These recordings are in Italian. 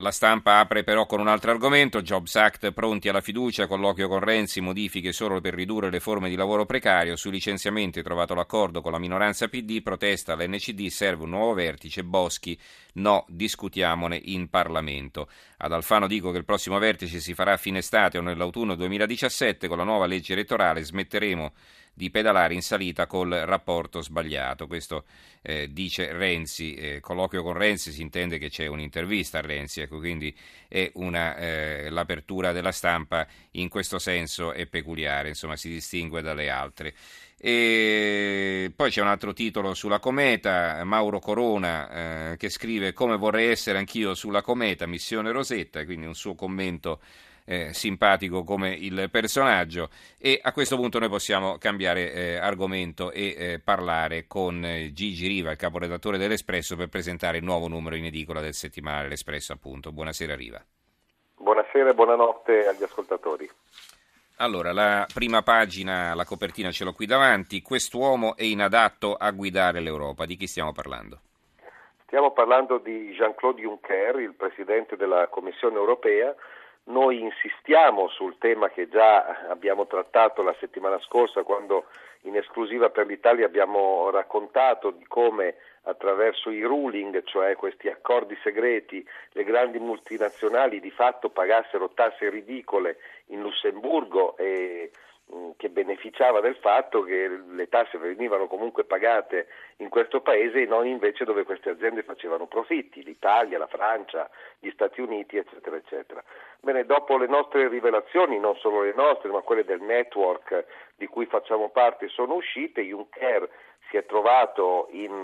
La Stampa apre però con un altro argomento, Jobs Act pronti alla fiducia, colloquio con Renzi, modifiche solo per ridurre le forme di lavoro precario, sui licenziamenti trovato l'accordo con la minoranza PD, protesta l'NCD, serve un nuovo vertice, Boschi, no, discutiamone in Parlamento. Ad Alfano dico che il prossimo vertice si farà a fine estate o nell'autunno 2017, con la nuova legge elettorale smetteremo di pedalare in salita col rapporto sbagliato. Questo dice Renzi. Colloquio con Renzi si intende che c'è un'intervista a Renzi, ecco, quindi è l'apertura della Stampa in questo senso è peculiare, insomma si distingue dalle altre. E poi c'è un altro titolo sulla cometa, Mauro Corona che scrive come vorrei essere anch'io sulla cometa, missione Rosetta, quindi un suo commento simpatico come il personaggio. E a questo punto noi possiamo cambiare argomento e parlare con Gigi Riva, il caporedattore dell'Espresso, per presentare il nuovo numero in edicola del settimanale L'Espresso, appunto. Buonasera Riva. Buonasera e buonanotte agli ascoltatori. Allora, la prima pagina, la copertina ce l'ho qui davanti, quest'uomo è inadatto a guidare l'Europa. Di chi stiamo parlando? Stiamo parlando di Jean-Claude Juncker, il presidente della Commissione europea. Noi insistiamo sul tema che già abbiamo trattato la settimana scorsa, quando in esclusiva per l'Italia abbiamo raccontato di come attraverso i ruling, cioè questi accordi segreti, le grandi multinazionali di fatto pagassero tasse ridicole in Lussemburgo e che beneficiava del fatto che le tasse venivano comunque pagate in questo paese e non invece dove queste aziende facevano profitti, l'Italia, la Francia, gli Stati Uniti, eccetera, eccetera. Bene, dopo le nostre rivelazioni, non solo le nostre, ma quelle del network di cui facciamo parte, sono uscite, Juncker si è trovato in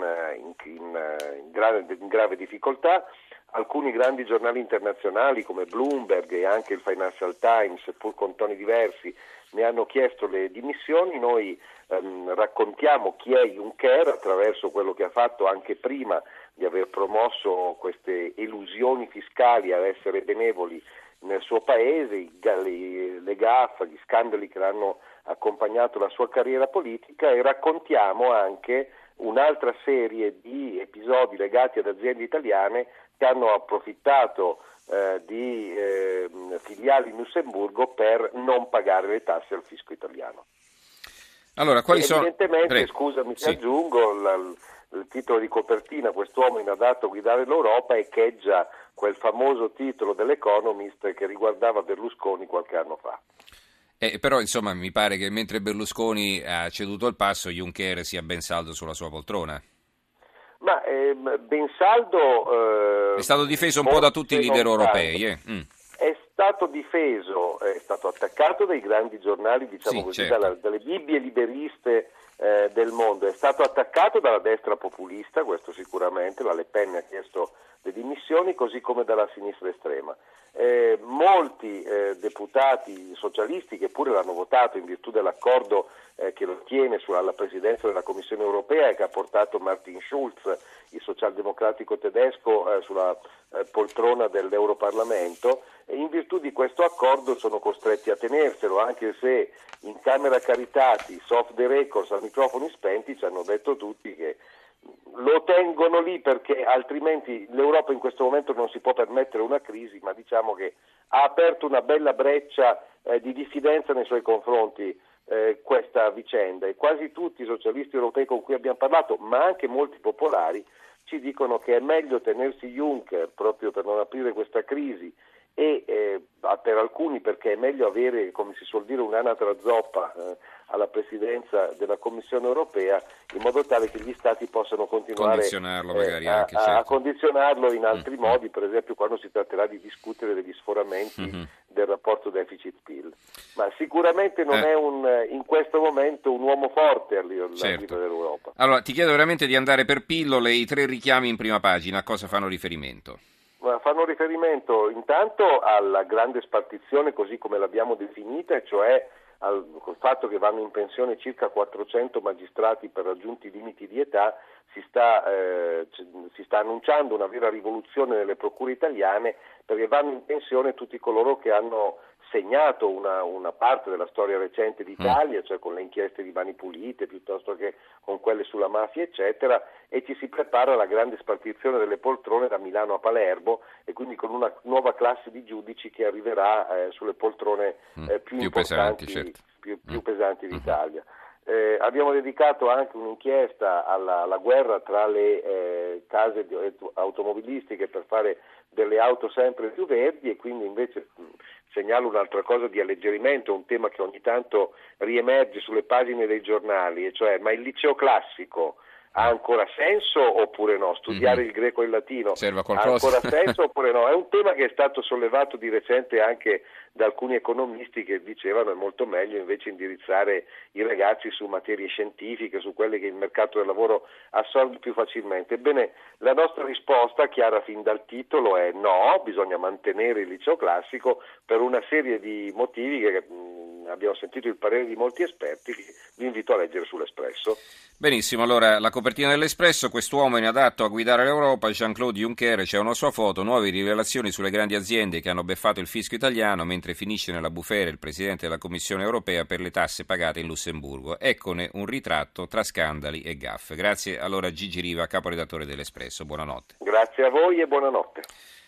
grave difficoltà. Alcuni grandi giornali internazionali come Bloomberg e anche il Financial Times, seppur con toni diversi, ne hanno chiesto le dimissioni. Noi raccontiamo chi è Juncker attraverso quello che ha fatto anche prima di aver promosso queste elusioni fiscali ad essere benevoli nel suo paese, le gaffe, gli scandali che l'hanno accompagnato la sua carriera politica, e raccontiamo anche un'altra serie di episodi legati ad aziende italiane che hanno approfittato di filiali in Lussemburgo per non pagare le tasse al fisco italiano. Allora, quali evidentemente, scusami, sì. aggiungo, il titolo di copertina, quest'uomo inadatto a guidare l'Europa, echeggia quel famoso titolo dell'Economist che riguardava Berlusconi qualche anno fa. Però insomma mi pare che mentre Berlusconi ha ceduto il passo, Juncker sia ben saldo sulla sua poltrona. Ma ben saldo è stato difeso un po' da tutti i leader europei. È stato difeso, è stato attaccato dai grandi giornali, diciamo sì, così, certo. dalle bibbie liberiste del mondo, è stato attaccato dalla destra populista, questo sicuramente, la Le Pen ha chiesto le dimissioni, così come dalla sinistra estrema. Molti deputati socialisti che pure l'hanno votato in virtù dell'accordo che lo tiene alla presidenza della Commissione europea e che ha portato Martin Schulz, il socialdemocratico tedesco, sulla poltrona dell'Europarlamento, e in virtù di questo accordo sono costretti a tenerselo, anche se in Camera Caritati, off the records, a microfoni spenti, ci hanno detto tutti che lo tengono lì perché altrimenti l'Europa in questo momento non si può permettere una crisi, ma diciamo che ha aperto una bella breccia di diffidenza nei suoi confronti questa vicenda, e quasi tutti i socialisti europei con cui abbiamo parlato, ma anche molti popolari, ci dicono che è meglio tenersi Juncker proprio per non aprire questa crisi, e per alcuni perché è meglio avere, come si suol dire, un'anatra zoppa alla presidenza della Commissione europea, in modo tale che gli stati possano continuare condizionarlo magari anche, a certo. condizionarlo in altri modi, per esempio quando si tratterà di discutere degli sforamenti del rapporto deficit-PIL. Ma sicuramente non è in questo momento un uomo forte alla guida dell'Europa. Allora, ti chiedo veramente di andare per pillole. I 3 richiami in prima pagina, a cosa fanno riferimento? Fanno riferimento intanto alla grande spartizione così come l'abbiamo definita, cioè col fatto che vanno in pensione circa 400 magistrati per raggiunti limiti di età. Si sta annunciando una vera rivoluzione nelle procure italiane, perché vanno in pensione tutti coloro che hanno segnato una parte della storia recente d'Italia, cioè con le inchieste di Mani Pulite piuttosto che con quelle sulla mafia eccetera, e ci si prepara alla grande spartizione delle poltrone da Milano a Palermo, e quindi con una nuova classe di giudici che arriverà sulle poltrone più importanti, pesanti, certo. più pesanti d'Italia. Abbiamo dedicato anche un'inchiesta alla guerra tra le case automobilistiche per fare delle auto sempre più verdi, e quindi invece segnalo un'altra cosa di alleggerimento, un tema che ogni tanto riemerge sulle pagine dei giornali, e cioè: ma il liceo classico ha ancora senso oppure no? Studiare il greco e il latino serve a ha qualcosa? ancora senso oppure no? È un tema che è stato sollevato di recente anche da alcuni economisti, che dicevano è molto meglio invece indirizzare i ragazzi su materie scientifiche, su quelle che il mercato del lavoro assorbe più facilmente. Ebbene, la nostra risposta, chiara fin dal titolo, è no, bisogna mantenere il liceo classico per una serie di motivi che abbiamo sentito il parere di molti esperti, che vi invito a leggere sull'Espresso. Benissimo, allora la copertina dell'Espresso: quest'uomo inadatto a guidare l'Europa, Jean-Claude Juncker, c'è una sua foto, nuove rivelazioni sulle grandi aziende che hanno beffato il fisco italiano, mentre finisce nella bufera il Presidente della Commissione europea per le tasse pagate in Lussemburgo. Eccone un ritratto tra scandali e gaffe. Grazie allora Gigi Riva, caporedattore dell'Espresso, buonanotte. Grazie a voi e buonanotte.